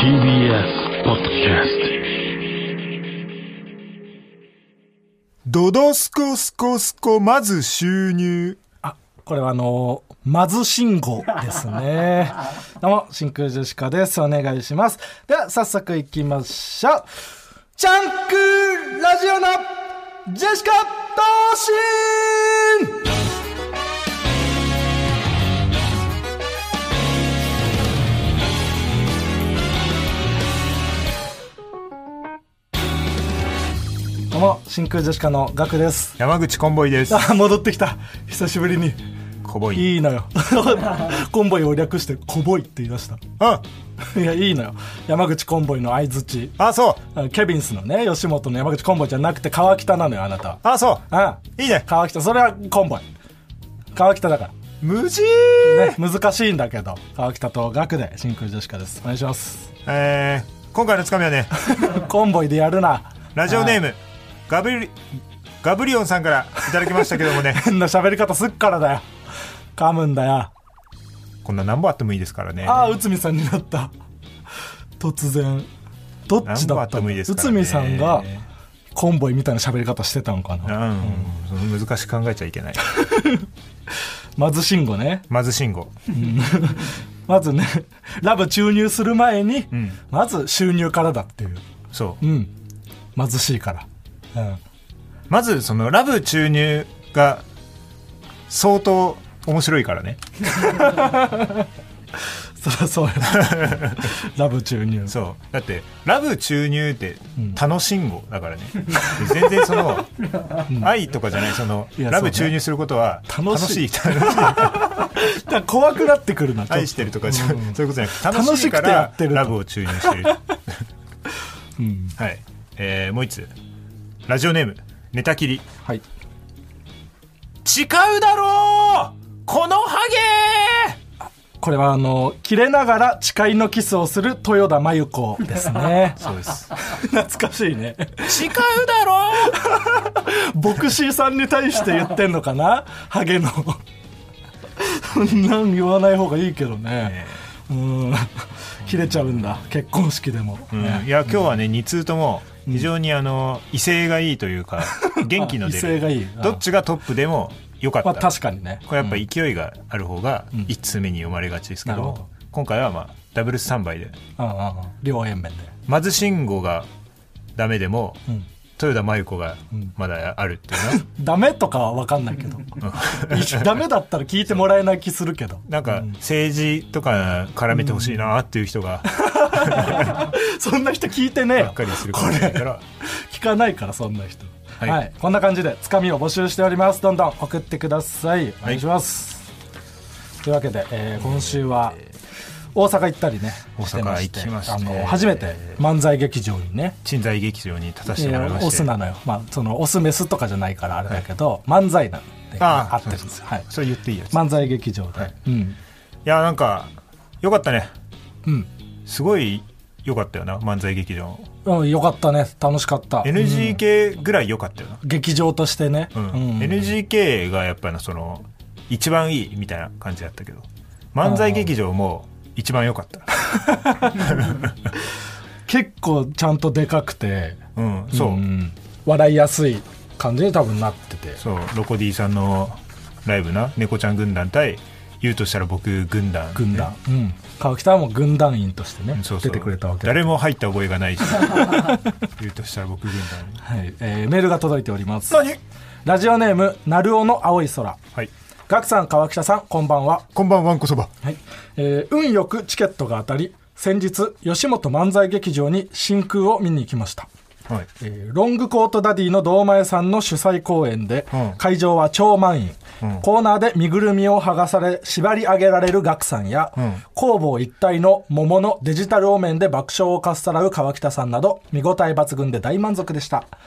TBS ポッドキャストドドスコスコスコまず収入。 これはまず信号ですね。どうも真空ジェシカです。お願いします。では早速いきましょう。ジャンクラジオのジェシカ同心。どうも真空ジェシカのガクです。 山口コンボイです。 戻ってきた、久しぶりに。 コボイいいのよコンボイを略してコボイって言い出した。いやいいのよ、山口コンボイの相づち。そうケビンスのね、吉本の山口コンボイじゃなくて川北なのよ、あなた。 いいね、 川北。それはコンボイ川北だから無事ね、難しいんだけど。川北とガクで真空ジェシカです。お願いします。 今回のつかみはねコンボイでやるな。 ラジオネームガブリオンさんからいただきましたけどもね変な喋り方すっからだよ、噛むんだよ。 こんな何本あってもいいですからね。 内海さんになった、突然。どっちだったの？内海さんがコンボイみたいな喋り方してたのかな。 難しく考えちゃいけないまず信号ね。 まず信号まずね、ラブ注入する前に、まず収入からだっていう。 そう、 貧しいから、 まずそのラブ注入が相当面白いからねそりゃそうよラブ注入。 そうだってラブ注入って楽しんごだからね、全然その愛とかじゃない、そのラブ注入することは楽しいだ怖くなってくるな。 愛してるとかそういうことじゃなくて、楽しいからラブを注入してるはい、もう一つラジオネーム寝たきり。 はい。 誓うだろうこのハゲ。 これは切れながら誓いのキスをする豊田真由子ですねそうです懐かしいね。 誓うだろうボクシーさんに対して言ってんのかなハゲのそんなん言わない方がいいけどね、切れちゃうんだ、結婚式でも、 いや今日はね、2通とも非常に威勢がいいというか元気の出る威勢がいい。 どっちがトップでもよかった、 確かにね。 これやっぱ勢いがある方が1通目に読まれがちですけど、今回はダブルス3倍で、 両円面でまず信号がダメでも、豊田真由子がまだあるっていうのダメとかは分かんないけどダメだったら聞いてもらえない気するけど、 なんか政治とか絡めてほしいなっていう人が、 そんな人聞いてねばっかりするかもしれないから聞かないから、そんな人。 はい、 こんな感じでつかみを募集しております。どんどん送ってください。お願いします、というわけで、今週は大阪行ったりね、 大阪行きまして、 初めて漫才劇場にね、 鎮西劇場に立たせてもらいまして、 オスなのよ、そのオスメスとかじゃないからあれだけど、漫才なんであってるんですよ。 それ言っていいやつ。 漫才劇場で、 いやなんかよかったね。すごいよかったよな、漫才劇場。 よかったね、楽しかった。 NGK ぐらいよかったよな、 劇場としてね。 NGK がやっぱりその一番いいみたいな感じだったけど、漫才劇場も一番良かった結構ちゃんとでかくて、 そう、 笑いやすい感じに多分なってて、 そうロコディさんのライブな、猫ちゃん軍団対言うとしたら僕軍団、 川北はもう軍団員としてね、出てくれたわけで、 誰も入った覚えがないし言うとしたら僕軍団、 メールが届いております。ラジオネームなるおの青い空。ガクさん、川北さん、こんばんは。 こんばんはんこそば。 運よくチケットが当たり、先日吉本漫才劇場に真空を見に行きました。ロングコートダディの堂前さんの主催公演で、会場は超満員、コーナーで身ぐるみを剥がされ縛り上げられるガクさんや、工房一体の桃のデジタルお面で爆笑をかっさらう川北さんなど見応え抜群で大満足でした。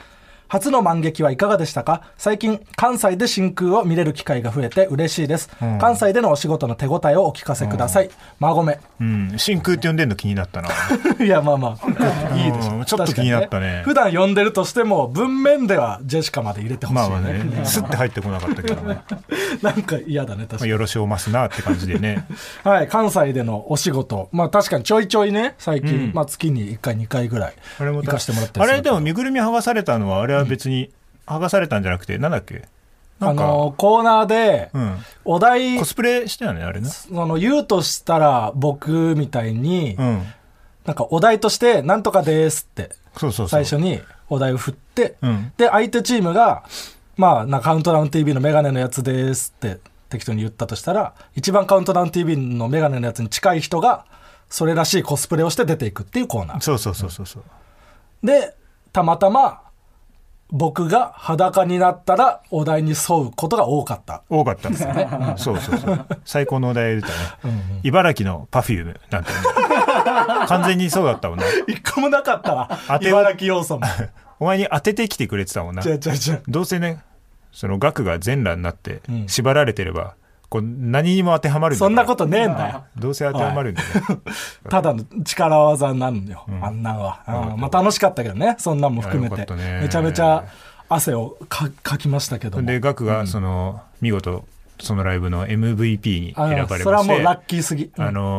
初の満劇はいかがでしたか？最近関西で真空を見れる機会が増えて嬉しいです、関西でのお仕事の手応えをお聞かせください。馬込。 真空って呼んでんの気になったな。 いやまあまあいいでしょ。 ちょっと気になったね。 普段呼んでるとしても文面ではジェシカまで入れてほしい、 まあね、スッて入ってこなかったけどね。 なんか嫌だね確かに。 よろしおますなって感じでね。 はい、関西でのお仕事、まあ確かにちょいちょいね最近、まあ月に1回2回ぐらい行かしてもらってる。 あれでも身ぐるみ剥がされたのはあれは別に剥がされたんじゃなくて、なんだっけ、なんかコーナーでお題、 コスプレしてたねあれね。 言うとしたら僕みたいに、なんかお題としてなんとかですって最初にお題を振って、で相手チームがまあカウントダウン TV のメガネのやつですって適当に言ったとしたら、一番カウントダウン TV のメガネのやつに近い人がそれらしいコスプレをして出ていくっていうコーナー。そうでたまたま僕が裸になったらお題に沿うことが多かったんですよね。そう最高のお題出たね。茨城のパフュームなんて、完全にそうだったもんね。 一個もなかったわ茨城要素も。 お前に当ててきてくれてたもんな。どうせね、その額が全裸になって縛られてれば、こう何にも当てはまるんだから。 そんなことねえんだよ。 どうせ当てはまるんだよ。 ただの力技なんよ、あんなんは。まあ楽しかったけどね、そんなんも含めて。めちゃめちゃ汗をかきましたけども。 で額が見事そのライブの MVP に選ばれまして、 それはもうラッキーすぎ。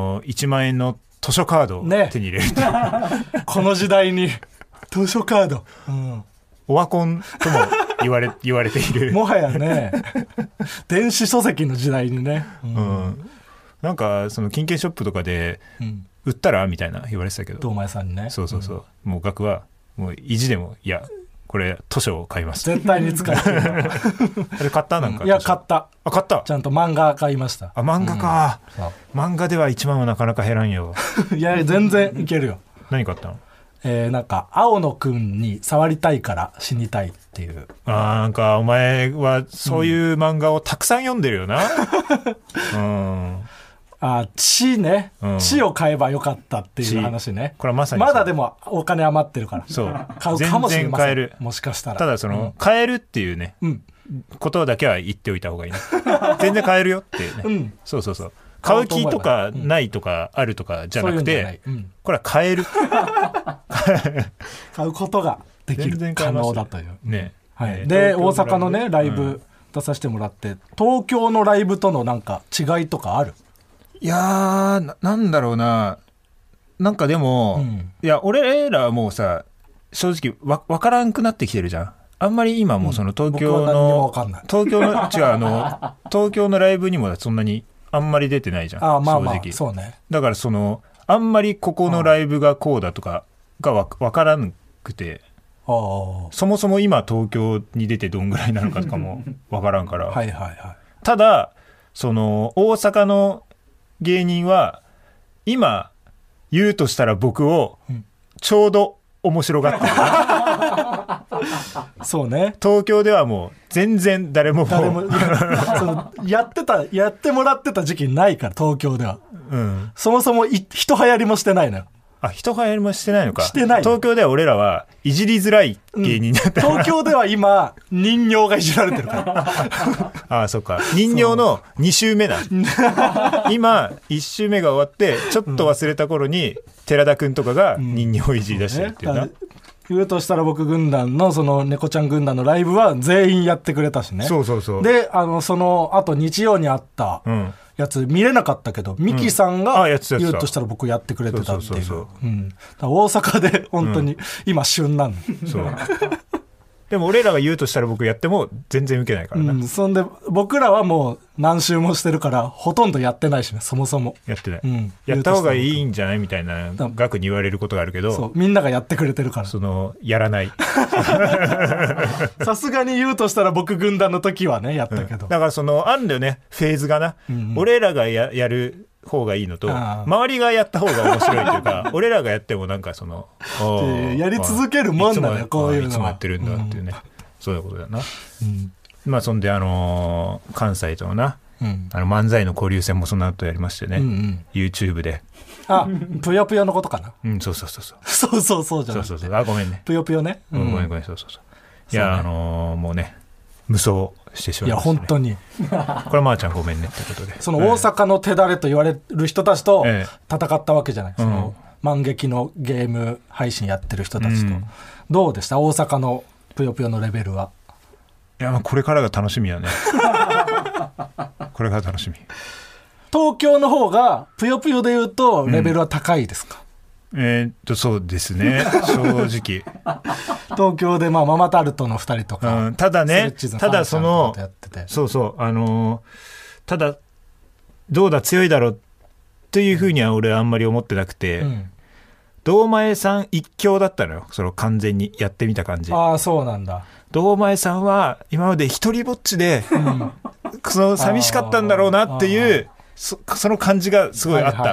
1万円の図書カードを手に入れる、 この時代に図書カード、 オワコンとも言われている。 もはやね電子書籍の時代にね、 なんかその金券ショップとかで売ったらみたいな言われてたけど、 堂前さんにね。 そう、もう額はもう意地でも、いやこれ図書を買います絶対に使ってる。 あれ買った？なんか、 いや買った。 買った。 ちゃんと漫画買いました。 漫画か、漫画では1万はなかなか減らんよ。 いや全然いけるよ。 何買ったの？ なんか青野くんに触りたいから死にたいっていう。 なんかお前はそういう漫画をたくさん読んでるよな。 血ね、血を買えばよかったっていう話ね。 これはまさにまだでもお金余ってるから、 そう買うかもしれません。 全然買える。 もしかしたら。 ただ買えるっていうね、ことだけは言っておいた方がいいね。全然買えるよっていうね。そう買う気とかないとかあるとかじゃなくて、これは買える。 買うことができる、可能だというね。 で大阪のねライブ出させてもらって、東京のライブとのなんか違いとかある？ いやー、なんだろうな。なんかでも、いや俺らはもうさ、正直わからんくなってきてるじゃん。あんまり今もその東京の、東京のライブにもそんなにあんまり出てないじゃん。正直。 そうね。 だからあんまりここのライブがこうだとかがわからなくて、そもそも今東京に出てどんぐらいなのかとかもわからんから。ただ大阪の芸人は今言うとしたら僕をちょうど面白がってる。 そうね。 東京ではもう全然誰もやってもらってた時期ないから、東京では。そもそも人流行りもしてないのよ。 人流行りもしてないのか。 してない。 東京では俺らはいじりづらい芸人だった、 東京では今人形がいじられてるからそっか、人形の2週目だ。今1週目が終わってちょっと忘れた頃に寺田くんとかが人形をいじり出してるっていうな。 言うとしたら僕軍団のその猫ちゃん軍団のライブは全員やってくれたしね。でそのあと日曜にあったやつ見れなかったけど、ミキさんが言うとしたら僕やってくれてたっていう。大阪で本当に今旬なの。でも俺らが言うとしたら僕やっても全然受けないからな。そんで僕らはもう何週もしてるからほとんどやってないしね、そもそも。やってない。やった方がいいんじゃないみたいな額に言われることがあるけど、そうみんながやってくれてるからやらない。さすがに言うとしたら僕軍団の時はねやったけど、だからあんだよね、フェーズがな。俺らがやる方がいいのと周りがやった方が面白いというか、俺らがやってもなんかやり続けるもんだね、こういうのはいつもやってるんだっていうね、そういうことだな。まあそんで関西とのな漫才の交流戦もその後やりましてね、YouTube で。ぷよぷよのことかな。そうじゃん。そうごめんね。ぷよぷよね。ごめんそういや、もうね無双してしまいましたね。 いや本当にこれはまーちゃんごめんねってことで、 その大阪の手だれと言われる人たちと戦ったわけじゃない、その万劇のゲーム配信やってる人たちと、どうでした大阪のぷよぷよのレベルは。 いやこれからが楽しみやねこれから楽しみ。 東京の方がぷよぷよで言うとレベルは高いですか。 そうですね正直東京でママタルトの2人とか、 ただね、ただそのそうただどうだ強いだろうというふうには俺はあんまり思ってなくて、堂前さん一強だったのよ、その完全にやってみた感じ。 ああそうなんだ。 堂前さんは今まで一人ぼっちで、その寂しかったんだろうなっていうその感じがすごいあった、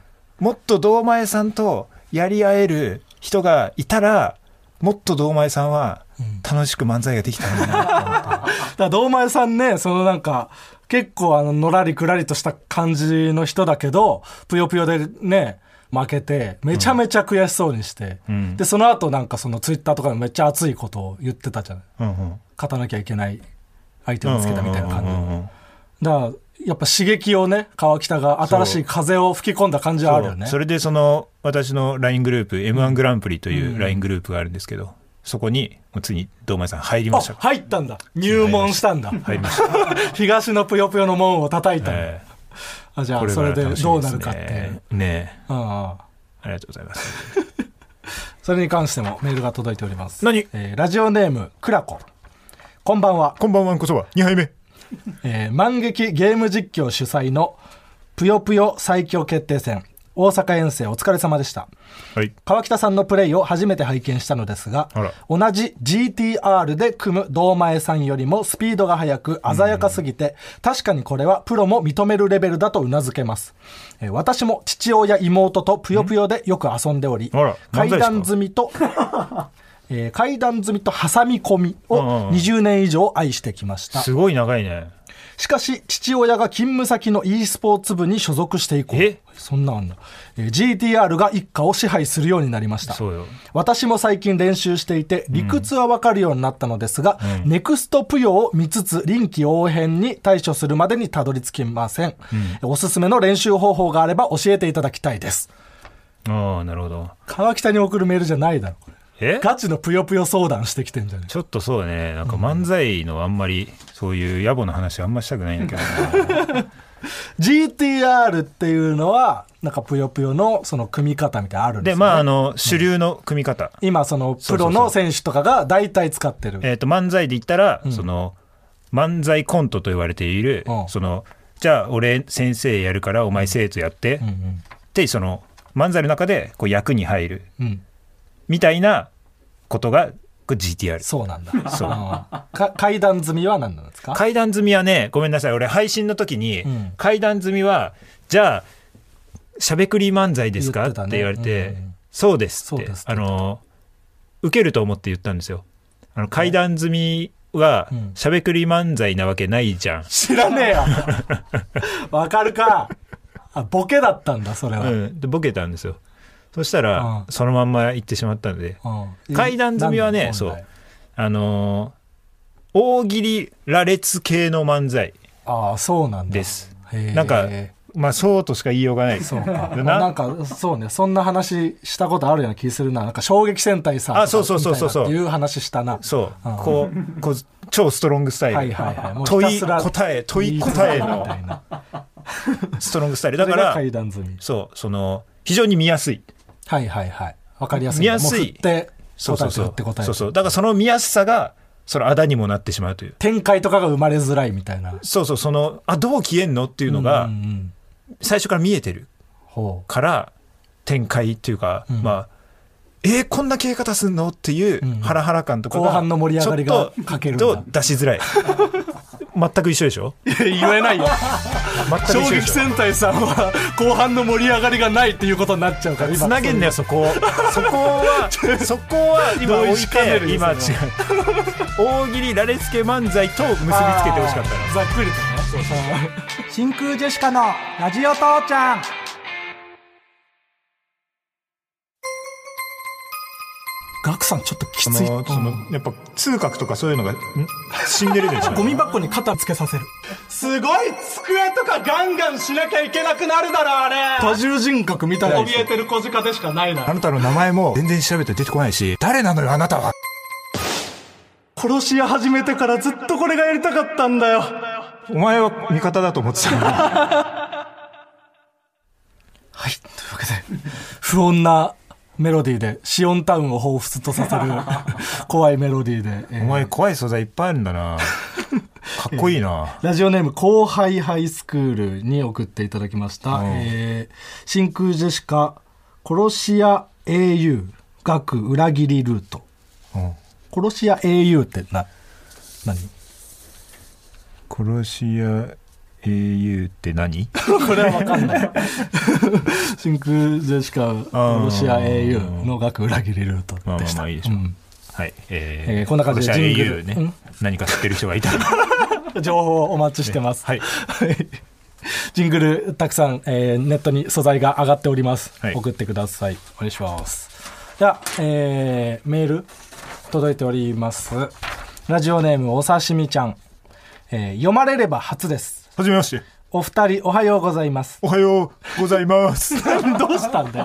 もっと堂前さんとやり合える人がいたらもっと堂前さんは楽しく漫才ができたのになと思って、だから堂前さんね、そのなんか結構のらりくらりとした感じの人だけど、ぷよぷよでね負けてめちゃめちゃ悔しそうにして、でその後なんかそのツイッターとかでめっちゃ熱いことを言ってたじゃない、勝たなきゃいけない相手を見つけたみたいな感じ、だからやっぱ刺激をね、川北が新しい風を吹き込んだ感じはあるよね。 それでその私の LINE グループ M1 グランプリという LINE グループがあるんですけど、そこにもう次に堂前さん入りました。 入ったんだ、入門したんだ、 入りました東のぷよぷよの門を叩いたんだ、じゃあそれでどうなるかってね。ありがとうございますそれに関してもメールが届いております。 何、 ラジオネームクラコ、こんばんは。 こんばんはこそは2杯目。 万劇ゲーム実況主催のぷよぷよ最強決定戦大阪遠征お疲れ様でした、はい、川北さんのプレイを初めて拝見したのですが、同じ GTR で組む堂前さんよりもスピードが速く鮮やかすぎて、確かにこれはプロも認めるレベルだとうなずけます。私も父親妹とぷよぷよでよく遊んでおり、階段積みと階段積みと挟み込みを20年以上愛してきました。 すごい長いね。 しかし父親が勤務先の e スポーツ部に所属して以降、そんなあんだ、GTR が一家を支配するようになりました。 そうよ。 私も最近練習していて理屈は分かるようになったのですが、ネクストぷよを見つつ臨機応変に対処するまでにたどり着きません、おすすめの練習方法があれば教えていただきたいです。 ああ、なるほど。 川北に送るメールじゃないだろこれ。ガチのぷよぷよ相談してきてんじゃね。 ちょっとそうだね、なんか漫才のあんまりそういう野暮な話あんましたくないんだけど GTR っていうのはなんかぷよぷよのその組み方みたいなあるんですよね。 で主流の組み方、 今そのプロの選手とかが大体使ってる、 漫才で言ったら、その漫才コントと言われている、そのじゃあ俺先生やるからお前生徒やって、でその漫才の中でこう役に入る、みたいなことがこれ GTR。 そうなんだ。そう階段積みは何なんですか。 階段積みはね、ごめんなさい、俺配信の時に、階段積みはじゃあしゃべくり漫才ですかって言われて、そうですって受けると思って言ったんですよ。階段積みはしゃべくり漫才なわけないじゃん。 知らねえよわかるか。ボケだったんだそれは、 でボケたんですよ。そしたら、そのまんま行ってしまったので、階段積みはね、そう大喜利羅列系の漫才そうなんだです。なんかそうとしか言いようがない。 そうかなんかそうね、そんな話したことあるような気するな。なんか衝撃戦隊さんそうっていう話したな。 そうこう超ストロングスタイル、問い答えのストロングスタイルだから階段積み、 その非常に見やすい、 わかりやすい、 見やすい、そうだからその見やすさがそのあだにもなってしまうという、 展開とかが生まれづらいみたいな、 そのどう消えんのっていうのが最初から見えてるから展開っていうか、こんな消え方すんのっていうハラハラ感とかが後半の盛り上がりが欠けるんだと出しづらい全く一緒でしょ。 言えないよ衝撃戦隊さんは後半の盛り上がりがないっていうことになっちゃうから、 つなげんだよそこは今置いて、今違う大喜利羅列系漫才と結びつけてほしかったな。 ざっくりとね。真空ジェシカのラジオ父ちゃん。 ガクさんちょっときつい。 やっぱ痛覚とかそういうのが死んでるでしょ。 ゴミ箱に肩つけさせる。すごい机とかガンガンしなきゃいけなくなるだろあれ。多重人格みたいな怯えてる小鹿でしかないな。 あなたの名前も全然調べて出てこないし、誰なのよあなたは。 殺し屋始めてからずっとこれがやりたかったんだよ。 お前は味方だと思ってたのに。 はい、というわけで不穏なメロディーでシオンタウンを彷彿とさせる怖いメロディーで、 お前怖い素材いっぱいあるんだな。かっこいいな。 ラジオネーム後輩ハイスクールに送っていただきました、真空ジェシカ殺し屋 au 学裏切りルート、殺し屋 au って何？ 殺し屋 au って何？ これは分かんない真空ジェシカ殺し屋 au の学裏切りルートでした。 まあいいでしょう、はい、 こんな感じでジングルね、何か知ってる人がいたら情報お待ちしてます、 はいジングルたくさん、ネットに素材が上がっております、 はい、 送ってください。お願いします。では、メール届いております。ラジオネームお刺身ちゃん、読まれれば初です。 はじめまして。 お二人おはようございます。 おはようございますどうしたんだよ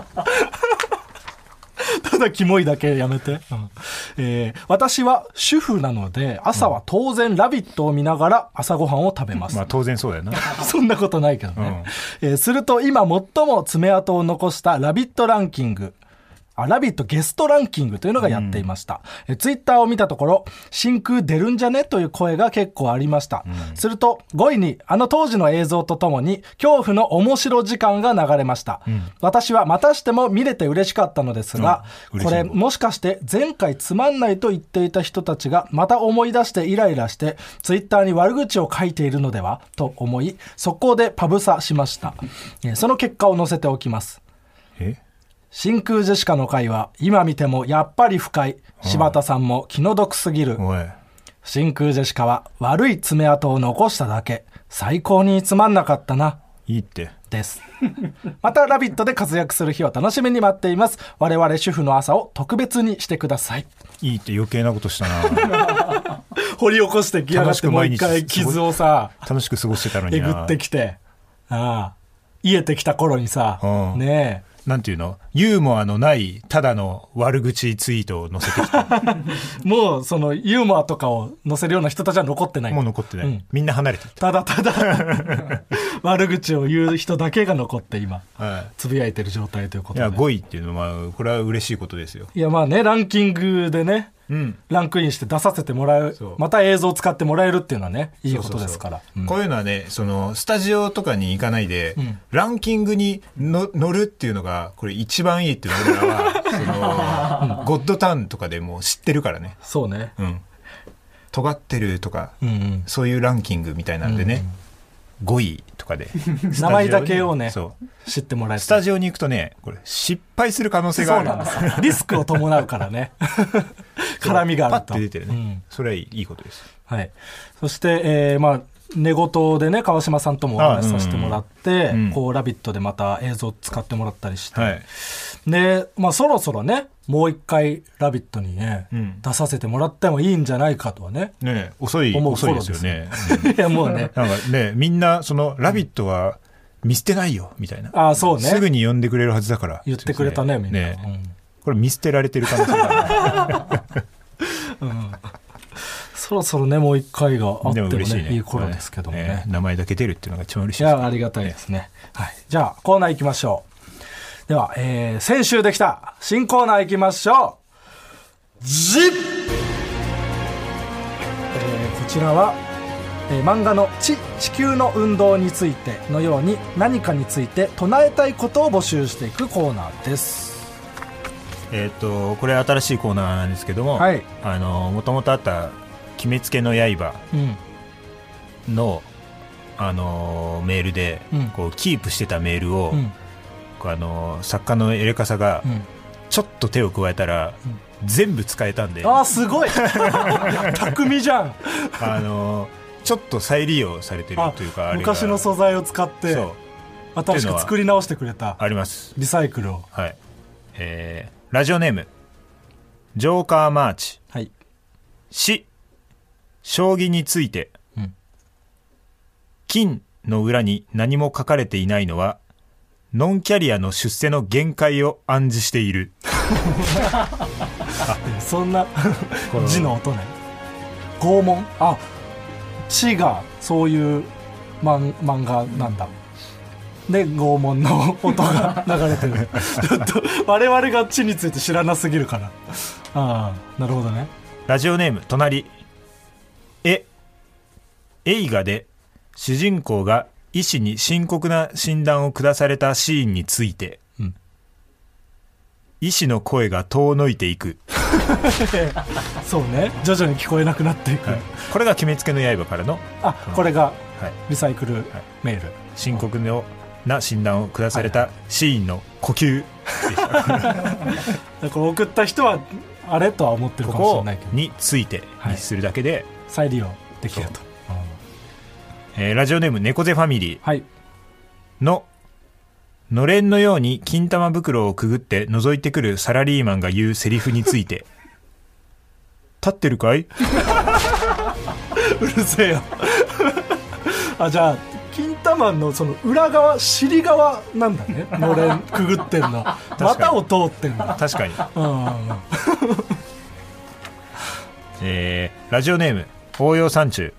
ただキモいだけやめて、私は主婦なので朝は当然ラビットを見ながら朝ごはんを食べます、 まあ当然そうだよなそんなことないけどね、すると今最も爪痕を残したラビットランキング、ラビットゲストランキングというのがやっていました、ツイッターを見たところ真空出るんじゃねという声が結構ありました、すると5位にあの当時の映像とともに恐怖の面白時間が流れました、私はまたしても見れて嬉しかったのですが、これもしかして前回つまんないと言っていた人たちがまた思い出してイライラしてツイッターに悪口を書いているのではと思い、速攻でパブサしました、その結果を載せておきます。真空ジェシカの回は今見てもやっぱり深い。柴田さんも気の毒すぎる。真空ジェシカは悪い爪痕を残しただけ。最高につまんなかったな。 いいってですまたラビットで活躍する日を楽しみに待っています。我々主婦の朝を特別にしてください。 いいって余計なことしたな掘り起こしてきやがってもう一回傷をさ楽しく過ごしてたのにえぐってきて、癒えてきた頃にさ、ねえなんていうの、ユーモアのないただの悪口ツイートを載せてきたもうそのユーモアとかを載せるような人たちは残ってない。 もう残ってない、みんな離れてただ悪口を言う人だけが残って今、つぶやいてる状態ということで、 いや5位っていうのはこれは嬉しいことですよ。 いやまあね、ランキングでね、ランクインして出させてもらう、また映像を使ってもらえるっていうのはね、いいことですから。 こういうのはね、そのスタジオとかに行かないで、ランキングに乗るっていうのがこれ一番いいっていうの俺らはそのゴッドタウンとかでもう知ってるからね。 そうね、 尖ってるとか、そういうランキングみたいなんでね、5位とかで名前だけをね知ってもらえる。 スタジオに行くとね、これ失敗する可能性がある。 そうなんですよリスクを伴うからね絡みがあるとパッて出てるね、それはいいことです。 はい。そして、まあ寝言でね川島さんともお話しさせてもらって、こうラビットでまた映像使ってもらったりして、でまあそろそろねもう一回ラビットにね、出させてもらってもいいんじゃないかとはね。 遅いですよねいやもうねなんかね、みんなそのラビットは見捨てないよみたいな、 そうね、 すぐに呼んでくれるはずだから言ってくれたねみんな、 これ見捨てられてる可能性があるそろそろねもう一回があっても ねいい頃ですけどもね、 名前だけ出るっていうのが一番嬉しいです。 いやありがたいですね、はい、じゃあコーナー行きましょう。では、先週できた新コーナー行きましょう。こちらは、漫画の地球の運動についてのように何かについて唱えたいことを募集していくコーナーです。 これ新しいコーナーなんですけども、もともとあった決めつけの刃の、メールで、こうキープしてたメールを、作家のエレカサがちょっと手を加えたら、全部使えたんで、 すごい巧みじゃんちょっと再利用されてるというか、 昔の素材を使って新しく作り直してくれた。 あります、 リサイクルを。 ラジオネームジョーカーマーチ、 はい、 し将棋について、金の裏に何も書かれていないのはノンキャリアの出世の限界を暗示している。 そんな字の音ね。拷問、あ、字がそういう漫画なんだ。で拷問の音が流れてる。ちょっと我々が字について知らなすぎるから。ああ、なるほどね。 ラジオネーム隣。映画で主人公が医師に深刻な診断を下されたシーンについて、医師の声が遠のいていく。 そうね、徐々に聞こえなくなっていく、はい、 これが決めつけの刃からの、 これがリサイクルメール、 深刻な診断を下されたシーンの呼吸でした。 だから送った人はあれとは思ってるかもしれないけど、 ここについてにするだけで、 再利用できると。 ラジオネーム猫背ファミリーの、のれんのように金玉袋をくぐって覗いてくるサラリーマンが言うセリフについて、立ってるかい？ うるせえよ。あ、じゃあ金玉のその裏側、尻側なんだね。のれんくぐってんの。股を通ってんだ。 確かに。ラジオネーム応用山中。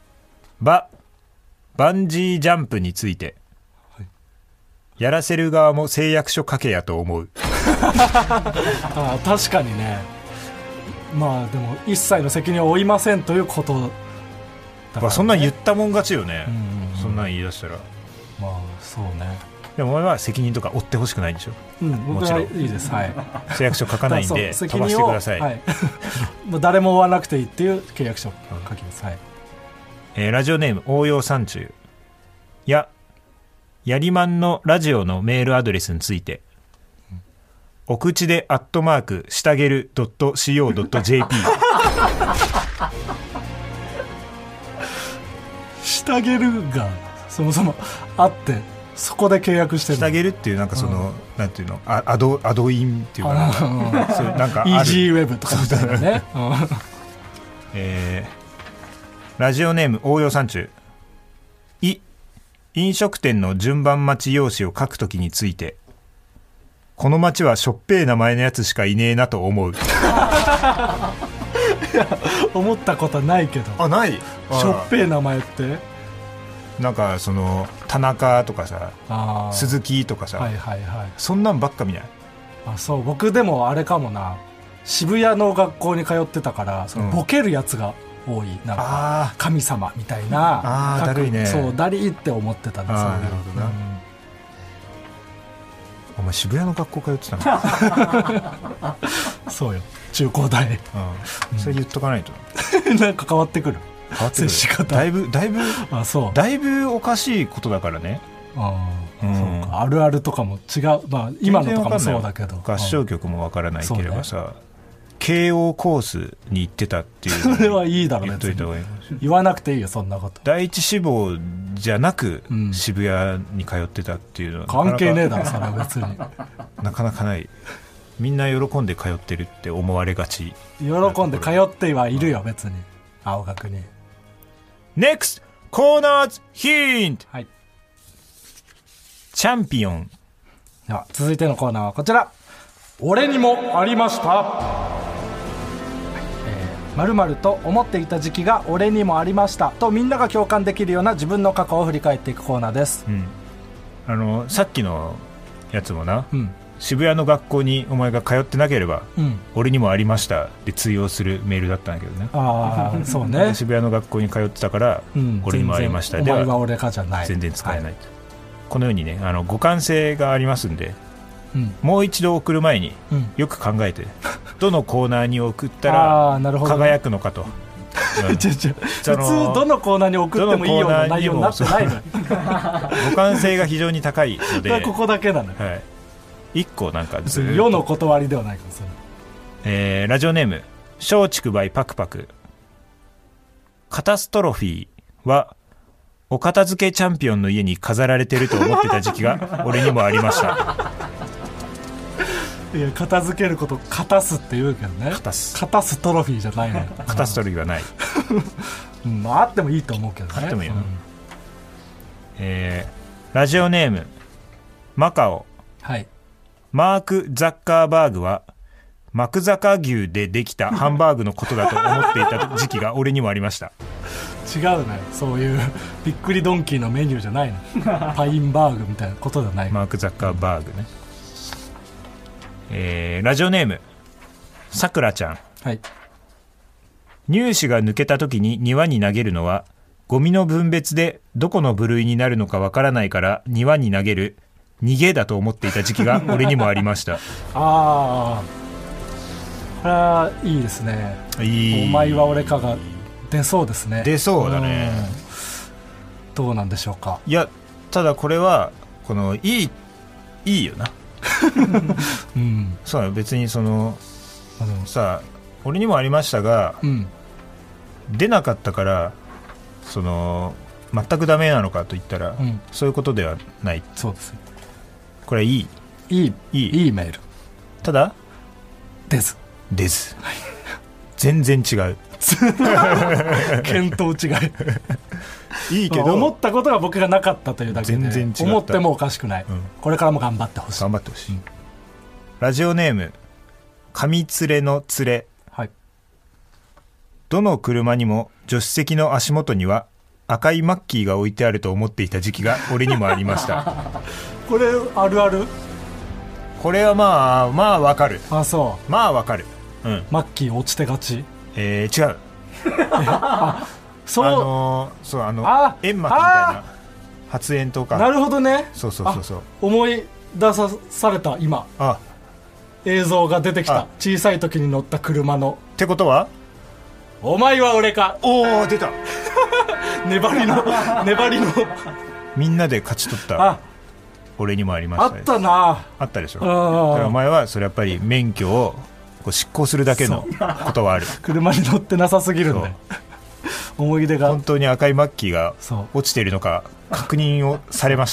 バンジージャンプについて、やらせる側も誓約書書けやと思う。 あ、確かにね。まあでも一切の責任を負いませんということだからね。 そんなん言ったもん勝ちよね、そんなん言い出したら。 まあそうね。 でもお前は責任とか負ってほしくないんでしょ。 もちろんいいです。はい。 誓約書書かないんで飛ばしてください。 はい、もう誰も追わなくていいっていう契約書を書きます。はい。 ラジオネーム応用山中。やりまんのラジオのメールアドレスについて、お口で@したげる .co.jp。 したげるがそもそもあってそこで契約してる。 したげるっていうなんかその、なんていうの、アドインっていうかな、そういうなんかある。 イージーウェブとかみたいなね。 ラジオネーム応用山中。飲食店の順番待ち用紙を書くときについて、この町はしょっぺー名前のやつしかいねえなと思う。いや、思ったことないけど。 あ、ない。 しょっぺー名前ってなんかその田中とかさ、鈴木とかさ、そんなんばっか見ない。 あ、そう。僕でもあれかもな、渋谷の学校に通ってたから、そのボケるやつが多い。なんか神様みたいな。 だるいね。 そう、だりって思ってたんですよ。 なるほどな。お前渋谷の学校通ってたの？ そうよ、中高大。 それ言っとかないと。 なんか変わってくる。接し方だいぶあ、そう、 だいぶおかしいことだからね。 そうか。あるあるとかも違う。まあ今のとかもそうだけど、 合唱曲もわからないければさ、慶応コースに行ってたっていう。 それはいいだろうね。言わなくていいよ、そんなこと。 第一志望じゃなく、渋谷に通ってたっていうのは関係ねえだろ、それは別に。 なかなかない。みんな喜んで通ってるって思われがち。 喜んで通ってはいるよ、別に。青学に。 NEXT コーナーズヒント。 はい。 チャンピオン。 では続いてのコーナーはこちら。俺にもありました。〇〇と思っていた時期が俺にもありましたと、みんなが共感できるような自分の過去を振り返っていくコーナーです。 さっきのやつもな、渋谷の学校にお前が通ってなければ、俺にもありましたで通用するメールだったんだけどね。 ああ、そうね。 渋谷の学校に通ってたから、俺にもありましたではお前は俺かじゃない、 全然使えない、このようにね、互換性がありますんで、もう一度送る前によく考えて、どのコーナーに送ったら輝くのかと。 普通どのコーナーに送ってもいいような内容になってないの。 互換性が非常に高いのでここだけなのよ。 1個なんかずっと世の断りではないかもしれない。ラジオネーム松竹梅パクパク。カタストロフィーはお片付けチャンピオンの家に飾られてると思ってた時期が俺にもありました。 いや片付けることカタスって言うけどね。カタストロフィーじゃないのよ。 カタストロフィーはない、 あってもいいと思うけどね。 あってもいいよ、ラジオネームマカオ、 はい、 マーク・ザッカーバーグはマクザカ牛でできたハンバーグのことだと思っていた時期が俺にもありました。 違うのよ、そういうびっくりドンキーのメニューじゃないの。パインバーグみたいなことじゃない。 マーク・ザッカーバーグね。ラジオネームさくらちゃん、 はい、 乳歯が抜けた時に庭に投げるのはゴミの分別でどこの部類になるのかわからないから庭に投げる逃げだと思っていた時期が俺にもありました。 ああ、これはいいですね。 いい、 お前は俺かが出そうですね。 出そうだね。 どうなんでしょうか。 いや、ただこれはこのいいよな。そう別にそのさ、俺にもありましたが、出なかったからその全くダメなのかと言ったら、そういうことではない。 そうです。 これはいいメール。ただ出ず、全然違う。見当違い。いいけど思ったことが僕がなかったというだけで、全然違った。思ってもおかしくない、これからも頑張ってほしい。 ラジオネーム上連れの連れ、 はい、 どの車にも助手席の足元には赤いマッキーが置いてあると思っていた時期が俺にもありました。 これあるある。 これはまあわかる。 あ、そう。 まあわかる、 マッキー落ちてがち。 違う。そう、煙幕みたいな発煙筒か。 なるほどね。 そう思い出された。今映像が出てきた。小さい時に乗った車のってことはお前は俺か。 おー、出た。 粘りのみんなで勝ち取った俺にもありました、ね、 あったな。 あったでしょ。だからお前はそれやっぱり免許をこう執行するだけのことはある。 車に乗ってなさすぎるんで思い出が。 本当に赤いマッキーが落ちているのか確認をされました。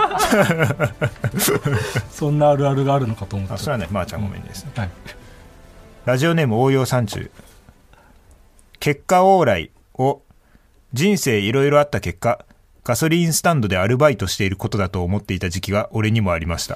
そんなあるあるがあるのかと思って。 それはね、まーちゃんごめんです、 はい、 ラジオネーム応用山中、結果往来を人生いろいろあった結果ガソリンスタンドでアルバイトしていることだと思っていた時期が俺にもありました。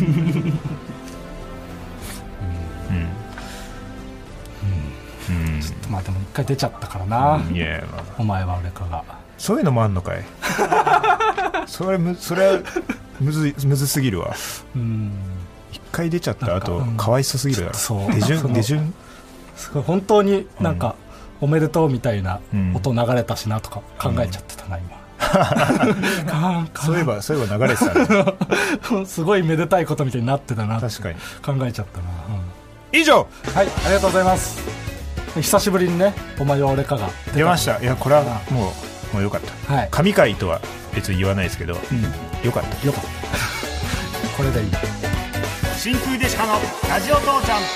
ちょっとまあでも一回出ちゃったからな、お前は俺かが。 そういうのもあんのかい。それはむずすぎるわ。一回出ちゃった後かわいそすぎるだろ。出順すごい本当になんか、おめでとうみたいな音流れたしなとか考えちゃってたな、今。 そういえば流れてたね。 すごいめでたいことみたいになってたな。 確かに考えちゃったな、 以上。 はい、ありがとうございます。久しぶりにね、お前は俺かが出ました。いや、これはもうよかった。神回とは別に言わないですけど、よかった。これでいい。真空ジェシカのラジオ父ちゃん。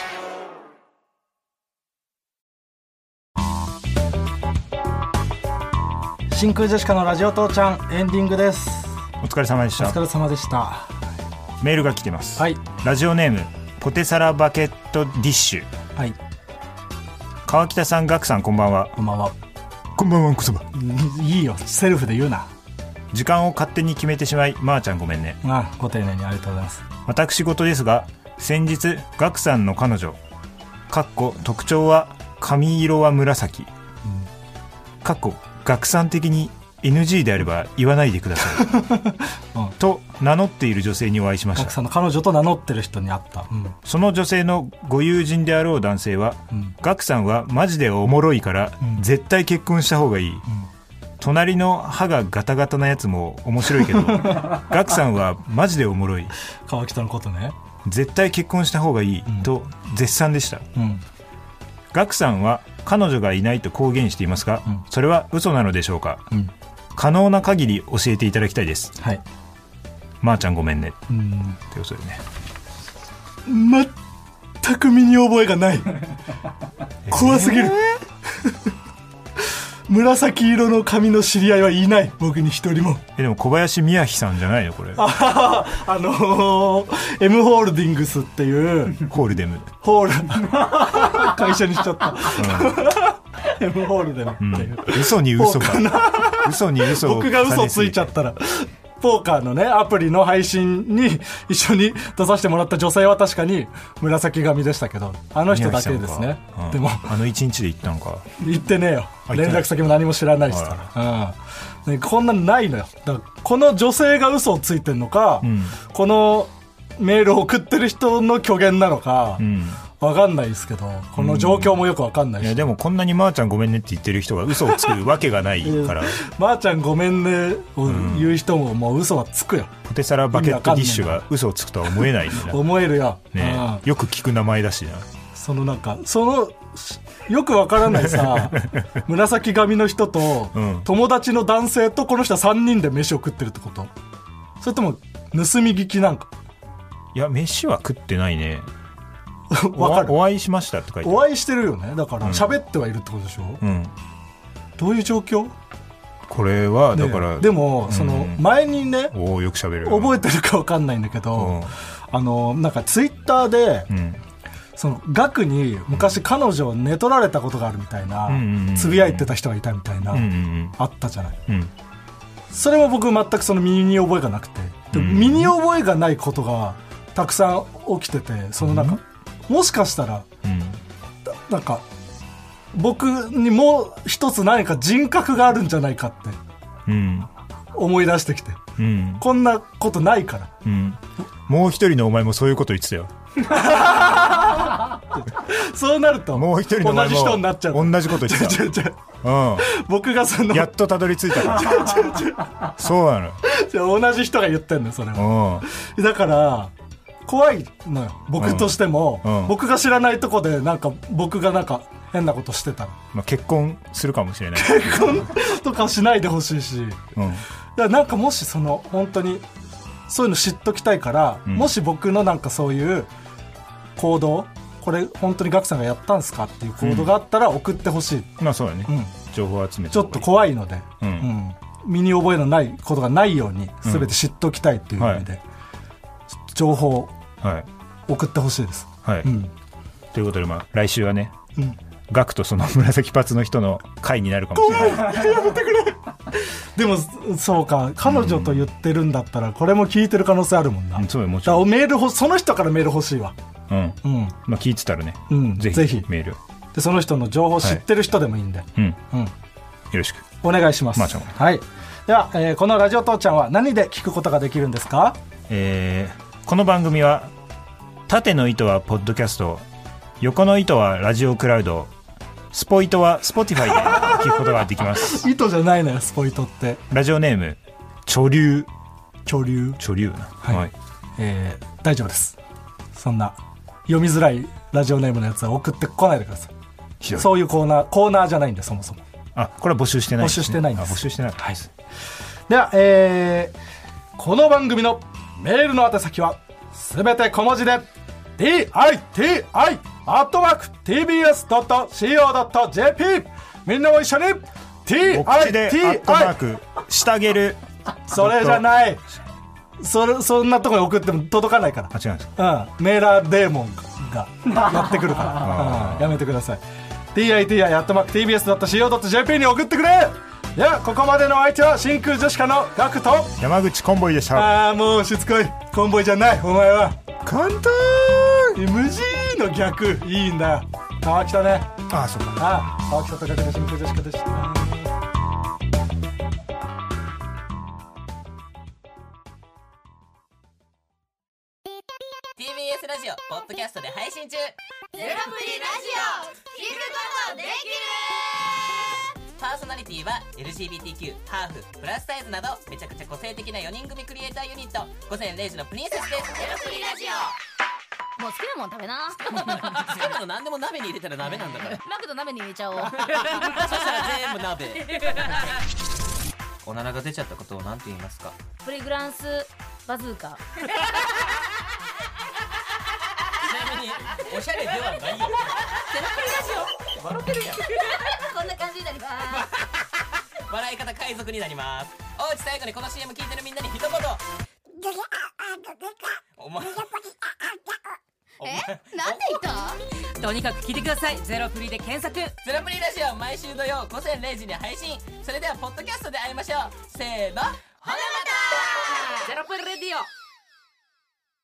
真空ジェシカのラジオ父ちゃん、エンディングです。 お疲れ様でした。 お疲れ様でした。 メールが来てます、 はい、 ラジオネームポテサラバケットディッシュ、 はい、 川北さん、ガクさん、こんばんは。 こんばんは。 こんばんは、こそば。 いいよ、セルフで言うな。 時間を勝手に決めてしまい、まーちゃんごめんね。 ご丁寧にありがとうございます。 私事ですが、先日ガクさんの彼女特徴は髪色は紫、ガクさん的に NG であれば言わないでください、と名乗っている女性にお会いしました。 ガクさんの彼女と名乗ってる人に会った、 その女性のご友人であろう男性は、ガクさんはマジでおもろいから、絶対結婚した方がいい、隣の歯がガタガタなやつも面白いけどガクさんはマジでおもろい、 川北のことね、 絶対結婚した方がいい、と絶賛でした、ガクさんは彼女がいないと公言していますが、それは嘘なのでしょうか、可能な限り教えていただきたいです。 はい、 まーちゃんごめんね、ということでね、全く身に覚えがない怖すぎる紫色の髪の知り合いはいない、僕に一人も。 でも小林宮妃さんじゃないのこれ。 M ホールディングスっていうホールデム会社にしちゃった、M ホールデムっていう、 嘘に嘘か嘘に嘘を僕が嘘ついちゃったら、ポーカーのねアプリの配信に一緒に出させてもらった女性は確かに紫髪でしたけど、あの人だけですね。でもあの一日で行ったのか。 行ってねえよ、連絡先も何も知らないしさ、ね、こんなのないのよ。だからこの女性が嘘をついてんのか、このメールを送ってる人の虚言なのか、分かんないですけど、この状況もよく分かんないし、 いやでもこんなにまーちゃんごめんねって言ってる人が嘘をつくわけがないからまーちゃんごめんねを言う人ももう嘘はつくよ。 ポテサラバケットディッシュが嘘をつくとは思えないな思えるよ、 ね、よく聞く名前だしな。 そのよくわからないさ紫髪の人と、友達の男性とこの人は3人で飯を食ってるってこと？それとも盗み聞きなんか？ いや飯は食ってないねわかる。 お会いしましたって書いてある。 お会いしてるよね。だから喋ってはいるってことでしょ、どういう状況？ これはだから、 でもその前にね、 よく喋る覚えてるか分かんないんだけど、なんかツイッターで、その額に昔彼女を寝取られたことがあるみたいな、つぶやいてた人がいたみたいな、あったじゃない、それも僕全くその身に覚えがなくて、身に覚えがないことがたくさん起きてて、そのなんか、もしかしたら、なんか僕にもう一つ何か人格があるんじゃないかって思い出してきて、こんなことないから、 もう一人のお前もそういうこと言ってたよそうなるともう一人のお前も同じ人になっちゃう。 同じこと言ってた僕がそのやっとたどり着いたからそうなの。 同じ人が言ってんのそれは。だから怖いのよ僕としても、僕が知らないとこでなんか僕がなんか変なことしてたら、 結婚するかもしれない。 結婚とかしないでほしいし、だからなんかもしその本当にそういうの知っときたいから、もし僕のなんかそういう行動、これ本当にガクさんがやったんですかっていう行動があったら送ってほしい。 まあそうだね、情報集めてちょっと怖いので、身に覚えのないことがないように全て知っときたいっていう意味で、情報を送ってほしいです、ということで、来週はね、ガクとその紫パツの人の会になるかもしれない。やめてくれでもそうか、彼女と言ってるんだったらこれも聞いてる可能性あるもんな。 そうよ、もちろん。 メールその人からメール欲しいわ。 聞いてたらね、ぜひメールで、その人の情報知ってる人でもいいんで、よろしくお願いします。はい。では、このラジオ父ちゃんは何で聞くことができるんですか？ この番組は縦の糸はポッドキャスト、横の糸はラジオクラウド、スポイトはスポティファイで聞くことができます糸じゃないのよスポイトって。 ラジオネーム潮流な、はい、大丈夫です。そんな読みづらいラジオネームのやつは送ってこないでください。そういうコーナーじゃないんで、そもそも。 これは募集してないですね。 募集してないんです。 募集してない、 はい。では、この番組のメールの宛先はすべて小文字で DITI@tbs.co.jp。 みんなも一緒に TITI でしてげる。 それじゃない、そんなところに送っても届かないから。 違うんですか、メーラーデーモンがやってくるから、やめてください。TITI@tbs.co.jp に送ってくれ。ではここまでの相手は真空ジェシカのガクと山口コンボイでした。 もうしつこい。コンボイじゃない、お前は簡単。 無地の逆いいんだ。川北ね。 そうか。 川北とガクの真空ジェシカでした。 TBS ラジオポッドキャストで配信中。 ゼロプリラジオ聞くことできる。 パーソナリティは LGBTQ、ハーフ、プラスサイズなどめちゃくちゃ個性的な4人組クリエイターユニット午前0時のプリンセスです。 ゼロプリラジオ。もう好きなもん食べな。 好きなの何でも鍋に入れたら鍋なんだから。 マクド鍋に入れちゃおう。 そしたら全部鍋。おならが出ちゃったことを何て言いますか？ プリグランスバズーカ。 ちなみにおしゃれではないよ。 ゼロプリラジオ笑ってるやん。 こんな感じになります。 笑い方海賊になります。おうち最後にこの CM 聞いてるみんなに一言。お前なんで言った？ とにかく聞いてください。ゼロプリで検索。ゼロプリラジオ毎週土曜午前0時に配信。それではポッドキャストで会いましょう。せーの、ほなまた。ゼロプリレディオ。